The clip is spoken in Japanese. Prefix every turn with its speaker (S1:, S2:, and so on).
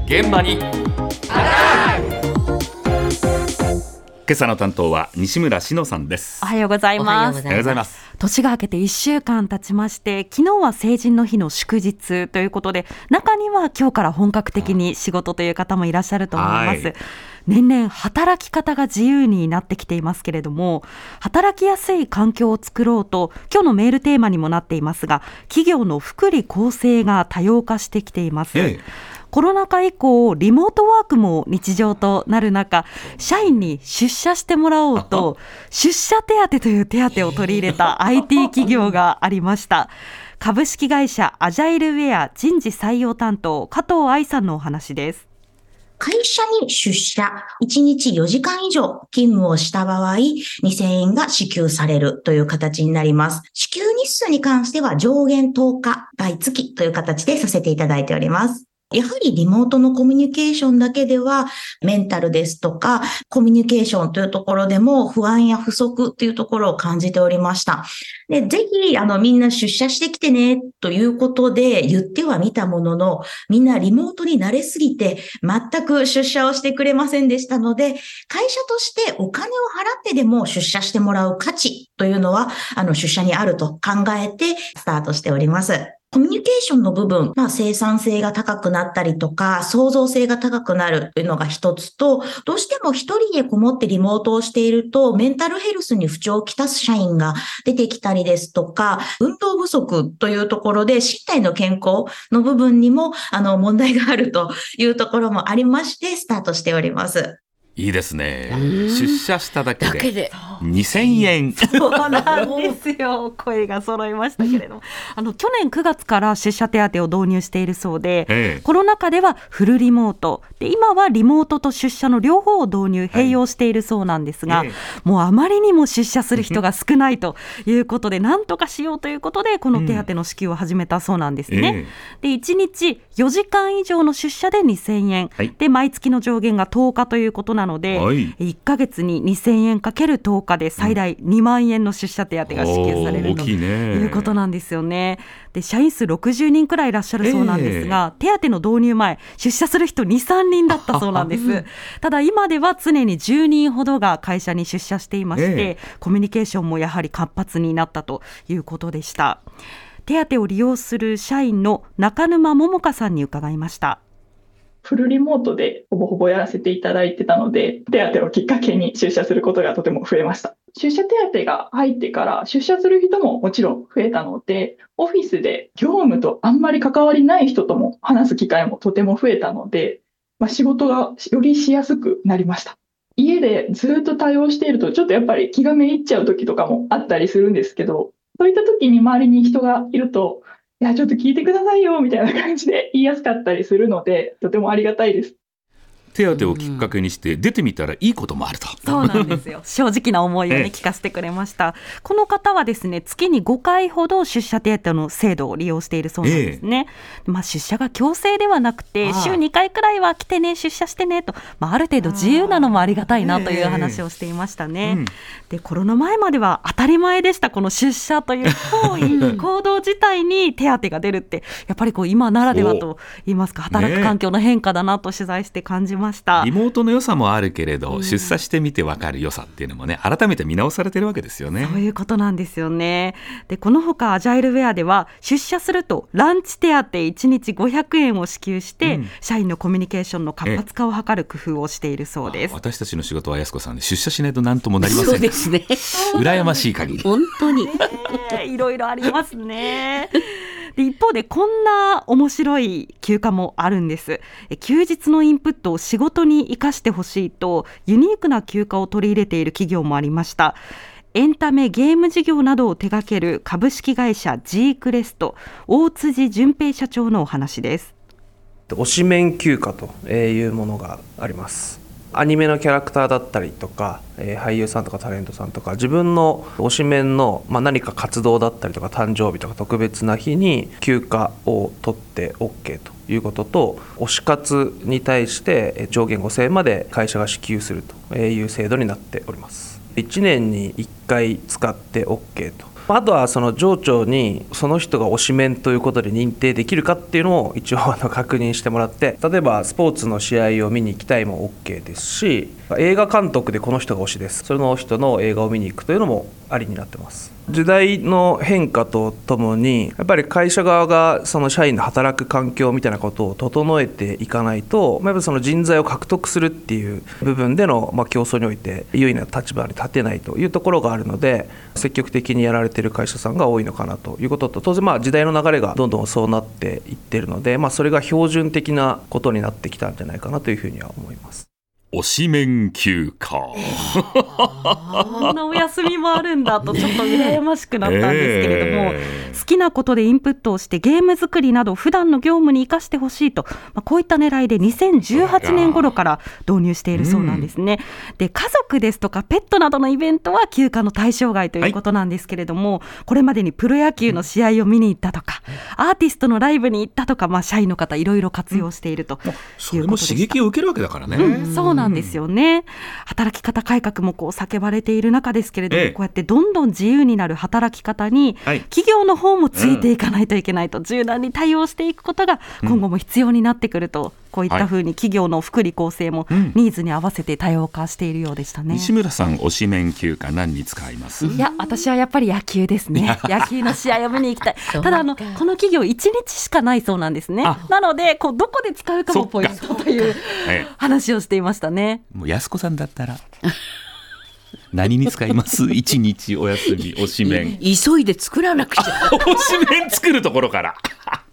S1: 現場に今朝の担当は西村篠さんです。
S2: おはようございます。
S1: おはようございます。
S2: 年が明けて1週間経ちまして、昨日は成人の日の祝日ということで、中には今日から本格的に仕事という方もいらっしゃると思います。年々働き方が自由になってきていますけれども、働きやすい環境を作ろうと、今日のメールテーマにもなっていますが、企業の福利厚生が多様化してきています。コロナ禍以降、リモートワークも日常となる中、社員に出社してもらおうと、出社手当という手当を取り入れた IT 企業がありました。株式会社アジャイルウェア人事採用担当、加藤愛さんのお話です。
S3: 会社に出社1日4時間以上勤務をした場合、2000円が支給されるという形になります。支給日数に関しては上限10日、毎月という形でさせていただいております。やはりリモートのコミュニケーションだけでは、メンタルですとか、コミュニケーションというところでも不安や不足というところを感じておりました。で、ぜひ、みんな出社してきてね、ということで言ってはみたものの、みんなリモートに慣れすぎて、全く出社をしてくれませんでしたので、会社としてお金を払ってでも出社してもらう価値というのは、出社にあると考えてスタートしております。コミュニケーションの部分、生産性が高くなったりとか、創造性が高くなるというのが一つと、どうしても一人でこもってリモートをしていると、メンタルヘルスに不調をきたす社員が出てきたりですとか、運動不足というところで身体の健康の部分にも、問題があるというところもありまして、スタートしております。
S1: いいですね。出社しただけで2000円。
S2: そうなんですよ。声が揃いましたけれども、去年9月から出社手当を導入しているそうで、コロナ禍ではフルリモートで、今はリモートと出社の両方を導入併用しているそうなんですが、もうあまりにも出社する人が少ないということで、なんとかしようということでこの手当の支給を始めたそうなんですね。で、1日4時間以上の出社で2000円、で毎月の上限が10日ということなので、1ヶ月に2000円かける10日で最大2万円の出社手当が支給されるということなんですよね。で、社員数60人くらいいらっしゃるそうなんですが、手当の導入前、出社する人 2,3 人だったそうなんです。ただ今では常に10人ほどが会社に出社していまして、コミュニケーションもやはり活発になったということでした。手当を利用する社員の中沼桃香さんに伺いました。
S4: フルリモートでほぼほぼやらせていただいてたので、手当をきっかけに出社することがとても増えました。出社手当が入ってから出社する人ももちろん増えたので、オフィスで業務とあんまり関わりない人とも話す機会もとても増えたので、仕事がよりしやすくなりました。家でずっと対応しているとちょっとやっぱり気がめいっちゃう時とかもあったりするんですけど、そういった時に周りに人がいると、いや、ちょっと聞いてくださいよみたいな感じで言いやすかったりするので、とてもありがたいです。
S1: 手当をきっかけにして出てみたらいいこともあると。
S2: そうなんですよ。正直な思いを聞かせてくれました。この方はですね、月に5回ほど出社手当の制度を利用しているそうなんですね。出社が強制ではなくて、週2回くらいは来てね、出社してねと、ある程度自由なのもありがたいなという話をしていましたね。で、コロナ前までは当たり前でした。この出社という行為、行動自体に手当が出るって、やっぱり今ならではと言いますか、働く環境の変化だなと取材して感じました。
S1: リモートの良さもあるけれど、出社してみて分かる良さっていうのもね、改めて見直されてるわけですよね。
S2: そういうことなんですよね。で、このほかアジャイルウェアでは、出社するとランチ手当1日500円を支給して、社員のコミュニケーションの活発化を図る工夫をしているそうです。
S1: 私たちの仕事は安子さんで、出社しないと何ともなりません。
S5: そうですね。
S1: 羨ましい限り。
S5: 本当に
S2: いろいろありますね。で、一方でこんな面白い休暇もあるんです。休日のインプットを仕事に生かしてほしいと、ユニークな休暇を取り入れている企業もありました。エンタメゲーム事業などを手掛ける株式会社 G クレスト、大辻淳平社長のお話です。
S6: 推しメン休暇というものがあります。アニメのキャラクターだったりとか、俳優さんとかタレントさんとか、自分の推しメンの、何か活動だったりとか誕生日とか特別な日に休暇を取って OK ということと、推し活に対して上限5000円まで会社が支給するという制度になっております。1年に1回使って OK とあとはその上長にその人が推しメンということで認定できるかっていうのを一応確認してもらって、例えばスポーツの試合を見に行きたいも OK ですし、映画監督でこの人が推しです、その人の映画を見に行くというのもありになってます。時代の変化とともにやっぱり会社側がその社員の働く環境みたいなことを整えていかないと、やっぱりその人材を獲得するっていう部分での競争において優位な立場に立てないというところがあるので、積極的にやられている会社さんが多いのかなということと、当然時代の流れがどんどんそうなっていっているので、それが標準的なことになってきたんじゃないかなというふうには思います。
S1: 推しメン休暇
S2: こんなお休みもあるんだとちょっと羨ましくなったんですけれども、好きなことでインプットをしてゲーム作りなど普段の業務に生かしてほしいと、こういった狙いで2018年頃から導入しているそうなんですね。で、家族ですとかペットなどのイベントは休暇の対象外ということなんですけれども、これまでにプロ野球の試合を見に行ったとか、アーティストのライブに行ったとか、社員の方いろいろ活用しているということでした。
S1: それも刺激を受けるわけだからね。
S2: そうなんですよね。働き方改革も叫ばれている中ですけれども、こうやってどんどん自由になる働き方に、企業の方もついていかないといけないと、柔軟に対応していくことが今後も必要になってくると、こういったふうに企業の福利厚生もニーズに合わせて多様化しているようでしたね。
S1: 西村さん、推しメン休暇何に使います？
S2: いや、私はやっぱり野球ですね。野球の試合を見に行きたい。ただこの企業1日しかないそうなんですね。なのでどこで使うかもポイントという話をしていましたね。
S1: もう安子さんだったら何に使います？一日お休み推しメン。
S5: 急いで作らなくちゃ
S1: 推しメン作るところから